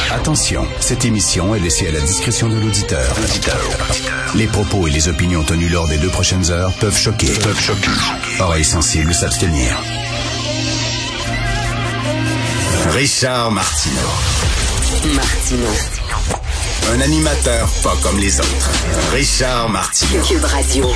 Attention, cette émission est laissée à la discrétion de l'auditeur. Les propos et les opinions tenues lors des 2 prochaines heures peuvent choquer. Oreilles sensibles s'abstenir. Richard Martineau. Un animateur pas comme les autres. Richard Martineau. Cube Radio.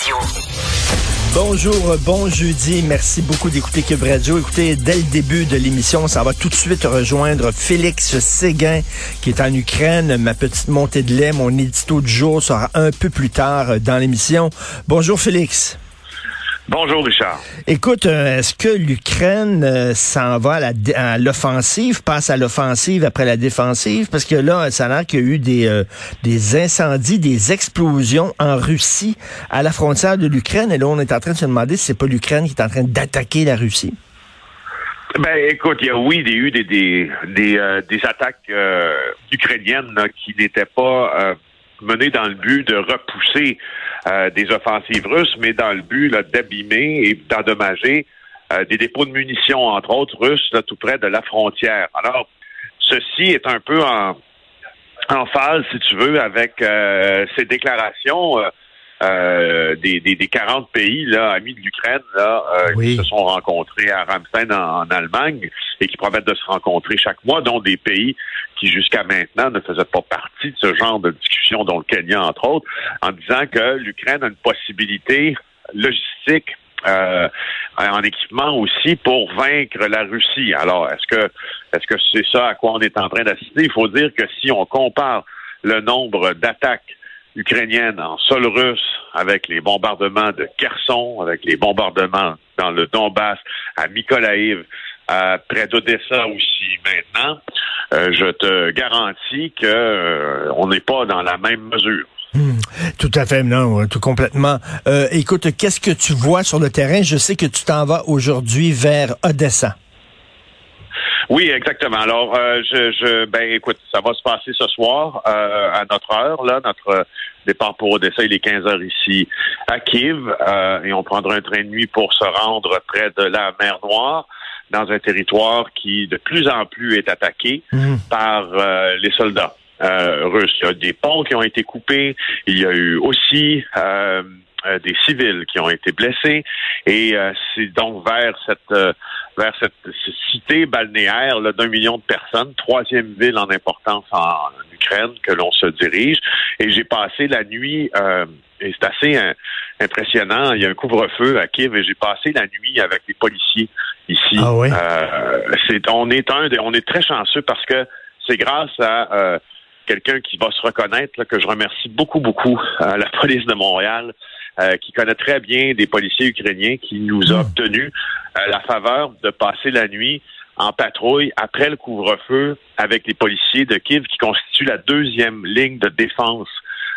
Bonjour, bon jeudi. Merci beaucoup d'écouter Cube Radio. Écoutez, dès le début de l'émission, ça va tout de suite rejoindre Félix Séguin, qui est en Ukraine. Ma petite montée de lait, mon édito du jour sera un peu plus tard dans l'émission. Bonjour Félix. Bonjour Richard. Écoute, est-ce que l'Ukraine s'en va à l'offensive, passe à l'offensive après la défensive? Parce que là, ça a l'air qu'il y a eu des incendies, des explosions en Russie à la frontière de l'Ukraine. Et là, on est en train de se demander si c'est pas l'Ukraine qui est en train d'attaquer la Russie. Ben, écoute, il y a eu des attaques ukrainiennes là, qui n'étaient pas menées dans le but de repousser des offensives russes, mais dans le but là, d'abîmer et d'endommager des dépôts de munitions, entre autres russes, là, tout près de la frontière. Alors, ceci est un peu en phase, si tu veux, avec ces déclarations des 40 pays là, amis de l'Ukraine là, qui se sont rencontrés à Ramstein en Allemagne et qui promettent de se rencontrer chaque mois, dont des pays qui jusqu'à maintenant ne faisaient pas partie de ce genre de discussion, dont le Kenya entre autres, en disant que l'Ukraine a une possibilité logistique en équipement aussi pour vaincre la Russie. Alors, est-ce que c'est ça à quoi on est en train d'assister? Il faut dire que si on compare le nombre d'attaques ukrainiennes en sol russe avec les bombardements de Kherson, avec les bombardements dans le Donbass, à Mykolaïv, près d'Odessa aussi maintenant, je te garantis que on n'est pas dans la même mesure. Tout à fait, non, tout complètement. Écoute, qu'est-ce que tu vois sur le terrain? Je sais que tu t'en vas aujourd'hui vers Odessa. Oui, exactement. Alors, ben, écoute, ça va se passer ce soir à notre heure. Là, notre départ pour Odessa, il est 15h ici à Kiev, et on prendra un train de nuit pour se rendre près de la mer Noire, dans un territoire qui de plus en plus est attaqué par les soldats russes. Il y a des ponts qui ont été coupés. Il y a eu aussi des civils qui ont été blessés, et c'est donc vers cette cité balnéaire là, d'1 million de personnes, 3e ville en importance en Ukraine, que l'on se dirige. Et j'ai passé la nuit, et c'est assez impressionnant, il y a un couvre-feu à Kiev, et j'ai passé la nuit avec les policiers ici. Ah oui? On est très chanceux parce que c'est grâce à quelqu'un qui va se reconnaître, là, que je remercie beaucoup, la police de Montréal, qui connaît très bien des policiers ukrainiens, qui nous a obtenu la faveur de passer la nuit en patrouille après le couvre-feu avec les policiers de Kiev, qui constituent la 2e ligne de défense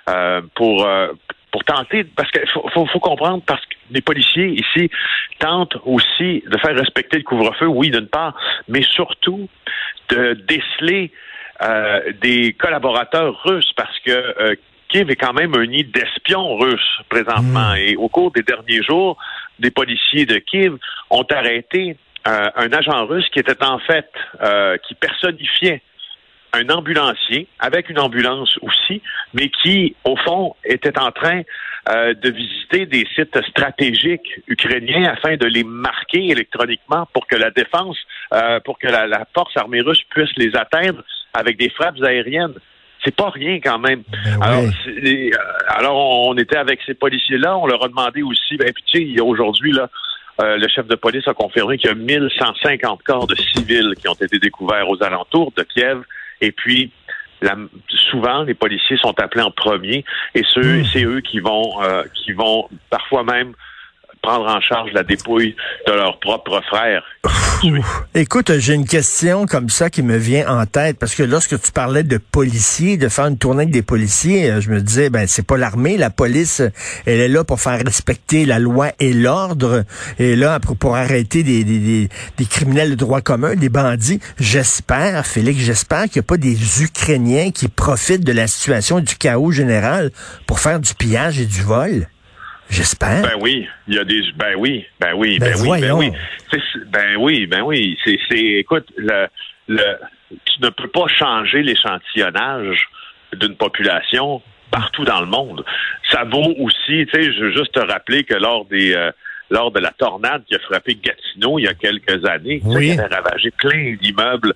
pour tenter, parce qu'il faut comprendre, parce que les policiers ici tentent aussi de faire respecter le couvre-feu, oui, d'une part, mais surtout de déceler des collaborateurs russes, parce que Kiev est quand même un nid d'espions russes présentement. Et au cours des derniers jours, des policiers de Kiev ont arrêté un agent russe qui était en fait, qui personnifiait un ambulancier, avec une ambulance aussi, mais qui, au fond, était en train de visiter des sites stratégiques ukrainiens afin de les marquer électroniquement pour que la défense, pour que la force armée russe puisse les atteindre avec des frappes aériennes. C'est pas rien quand même. Alors, on était avec ces policiers-là, on leur a demandé aussi, puis tu sais, aujourd'hui, là, le chef de police a confirmé qu'il y a 1150 corps de civils qui ont été découverts aux alentours de Kiev. Et puis, souvent, les policiers sont appelés en premier, et c'est eux qui vont parfois même prendre en charge la dépouille de leurs propres frères. Écoute, j'ai une question comme ça qui me vient en tête, parce que lorsque tu parlais de policiers, de faire une tournée avec des policiers, je me disais, c'est pas l'armée, la police, elle est là pour faire respecter la loi et l'ordre, et là, pour arrêter des criminels de droit commun, des bandits. J'espère, Félix, qu'il n'y a pas des Ukrainiens qui profitent de la situation du chaos général pour faire du pillage et du vol. J'espère. Ben oui, il y a des. Ben oui. Voyons. Écoute, tu ne peux pas changer l'échantillonnage d'une population partout dans le monde. Ça vaut aussi, tu sais, je veux juste te rappeler que lors de la tornade qui a frappé Gatineau il y a quelques années, oui, qui avait ravagé plein d'immeubles,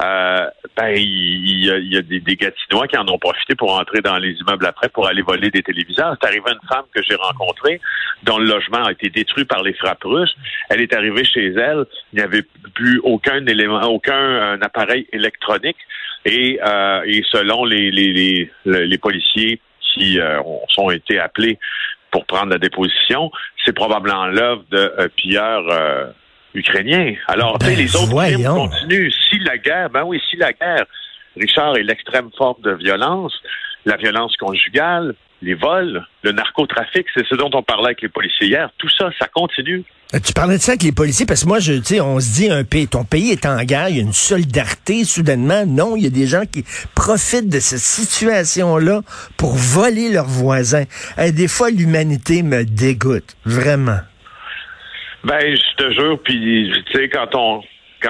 il y a des Gatinois qui en ont profité pour entrer dans les immeubles après pour aller voler des téléviseurs. C'est arrivé à une femme que j'ai rencontrée dont le logement a été détruit par les frappes russes. Elle est arrivée chez elle, il n'y avait plus aucun appareil électronique et selon les policiers qui ont été appelés pour prendre la déposition, c'est probablement l'œuvre de pilleurs ukrainiens. Alors, les autres crimes continuent. Si la guerre, Richard, est l'extrême forme de violence, la violence conjugale, les vols, le narcotrafic, c'est ce dont on parlait avec les policiers hier, tout ça, ça continue. Tu parlais de ça avec les policiers, parce que moi, on se dit, ton pays est en guerre, il y a une solidarité, soudainement. Non, il y a des gens qui profitent de cette situation-là pour voler leurs voisins. Des fois, l'humanité me dégoûte, vraiment. Je te jure, puis, tu sais, quand on...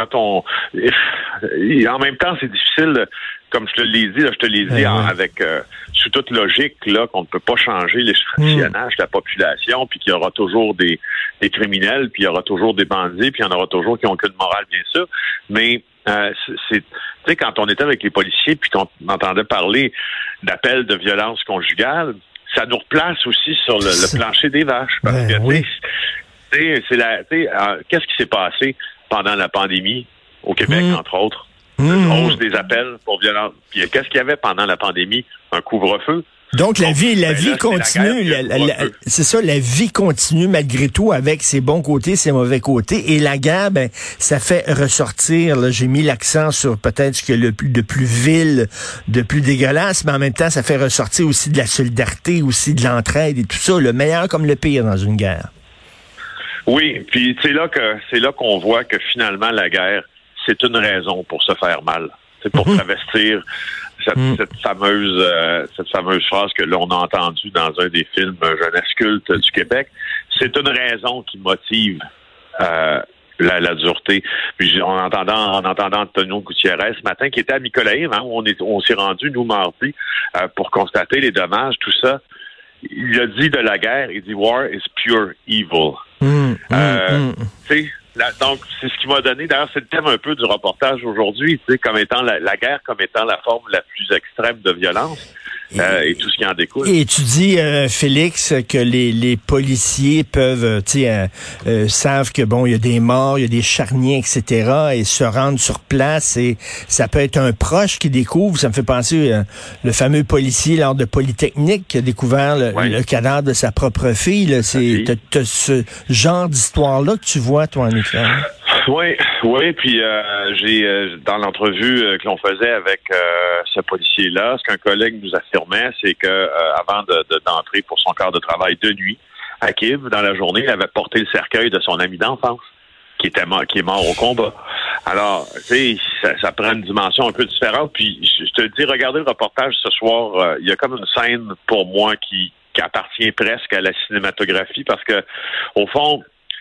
En même temps, c'est difficile, comme je te l'ai dit, avec sous toute logique là qu'on ne peut pas changer l'échantillonnage de la population, puis qu'il y aura toujours des criminels, puis il y aura toujours des bandits, puis il y en aura toujours qui n'ont aucune morale, bien sûr. Mais tu sais, quand on était avec les policiers, puis qu'on entendait parler d'appels de violence conjugale, ça nous replace aussi sur le plancher des vaches, parce que qu'est-ce qui s'est passé pendant la pandémie au Québec, entre autres? Une hausse des appels pour violence. Puis qu'est-ce qu'il y avait pendant la pandémie? Un couvre-feu. Donc la vie continue. C'est ça, la vie continue malgré tout avec ses bons côtés, ses mauvais côtés. Et la guerre, ça fait ressortir. Là, j'ai mis l'accent sur peut-être ce qu'il y a de plus vil, de plus dégueulasse, mais en même temps, ça fait ressortir aussi de la solidarité, aussi de l'entraide et tout ça, le meilleur comme le pire dans une guerre. Oui, puis c'est là qu'on voit que finalement la guerre, c'est une raison pour se faire mal. C'est pour travestir cette fameuse phrase que l'on a entendue dans un des films jeunesse culte du Québec. C'est une raison qui motive la dureté. Puis en entendant Antonio Gutiérrez ce matin, qui était à Mykolaïv, on s'est rendu, nous, mardi, pour constater les dommages, tout ça. Il a dit de la guerre, il dit « War is pure evil ». Donc, c'est ce qui m'a donné, d'ailleurs, c'est le thème un peu du reportage aujourd'hui, comme étant la guerre comme étant la forme la plus extrême de violence. Et tout ce qui en découle. Et tu dis, Félix, que les policiers peuvent, savent que il y a des morts, il y a des charniers, etc., et se rendre sur place, et ça peut être un proche qui découvre. Ça me fait penser le fameux policier lors de Polytechnique qui a découvert le cadavre de sa propre fille. T'as ce genre d'histoire-là que tu vois, toi, en Ukraine. Oui, puis j'ai dans l'entrevue que l'on faisait avec ce policier-là, ce qu'un collègue nous affirmait, c'est que avant d'entrer pour son quart de travail de nuit à Kiev, dans la journée, il avait porté le cercueil de son ami d'enfance, qui est mort au combat. Alors, tu sais, ça prend une dimension un peu différente. Puis je te dis, regardez le reportage ce soir, il y a comme une scène pour moi qui appartient presque à la cinématographie, parce que au fond,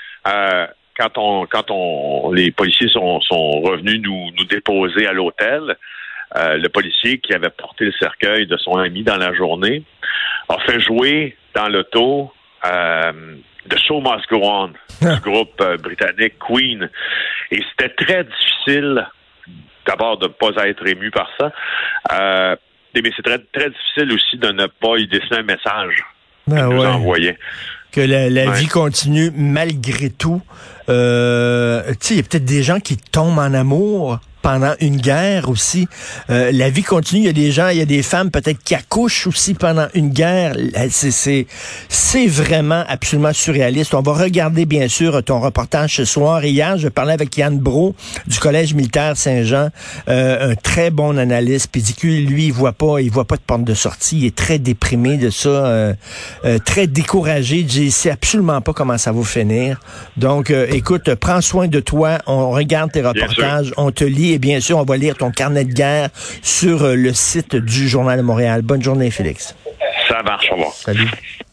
quand les policiers sont revenus nous déposer à l'hôtel, le policier qui avait porté le cercueil de son ami dans la journée a fait jouer dans l'auto The Show Must Go On du groupe britannique Queen. Et c'était très difficile, d'abord, de ne pas être ému par ça, mais c'est très, très difficile aussi de ne pas y dessiner un message qu'il nous envoyait. Que la vie continue malgré tout. Il y a peut-être des gens qui tombent en amour pendant une guerre aussi. La vie continue. Il y a des femmes peut-être qui accouchent aussi pendant une guerre. C'est vraiment absolument surréaliste. On va regarder bien sûr ton reportage ce soir. Et hier, je parlais avec Yann Brault du Collège militaire Saint-Jean, un très bon analyste. Puis il dit que lui, il voit pas de porte de sortie. Il est très déprimé de ça, très découragé. Il dit, sait absolument pas comment ça va finir. Donc, écoute, prends soin de toi. On regarde tes reportages, on te lit. Et bien sûr, on va lire ton carnet de guerre sur le site du Journal de Montréal. Bonne journée, Félix. Ça marche, au revoir. Salut.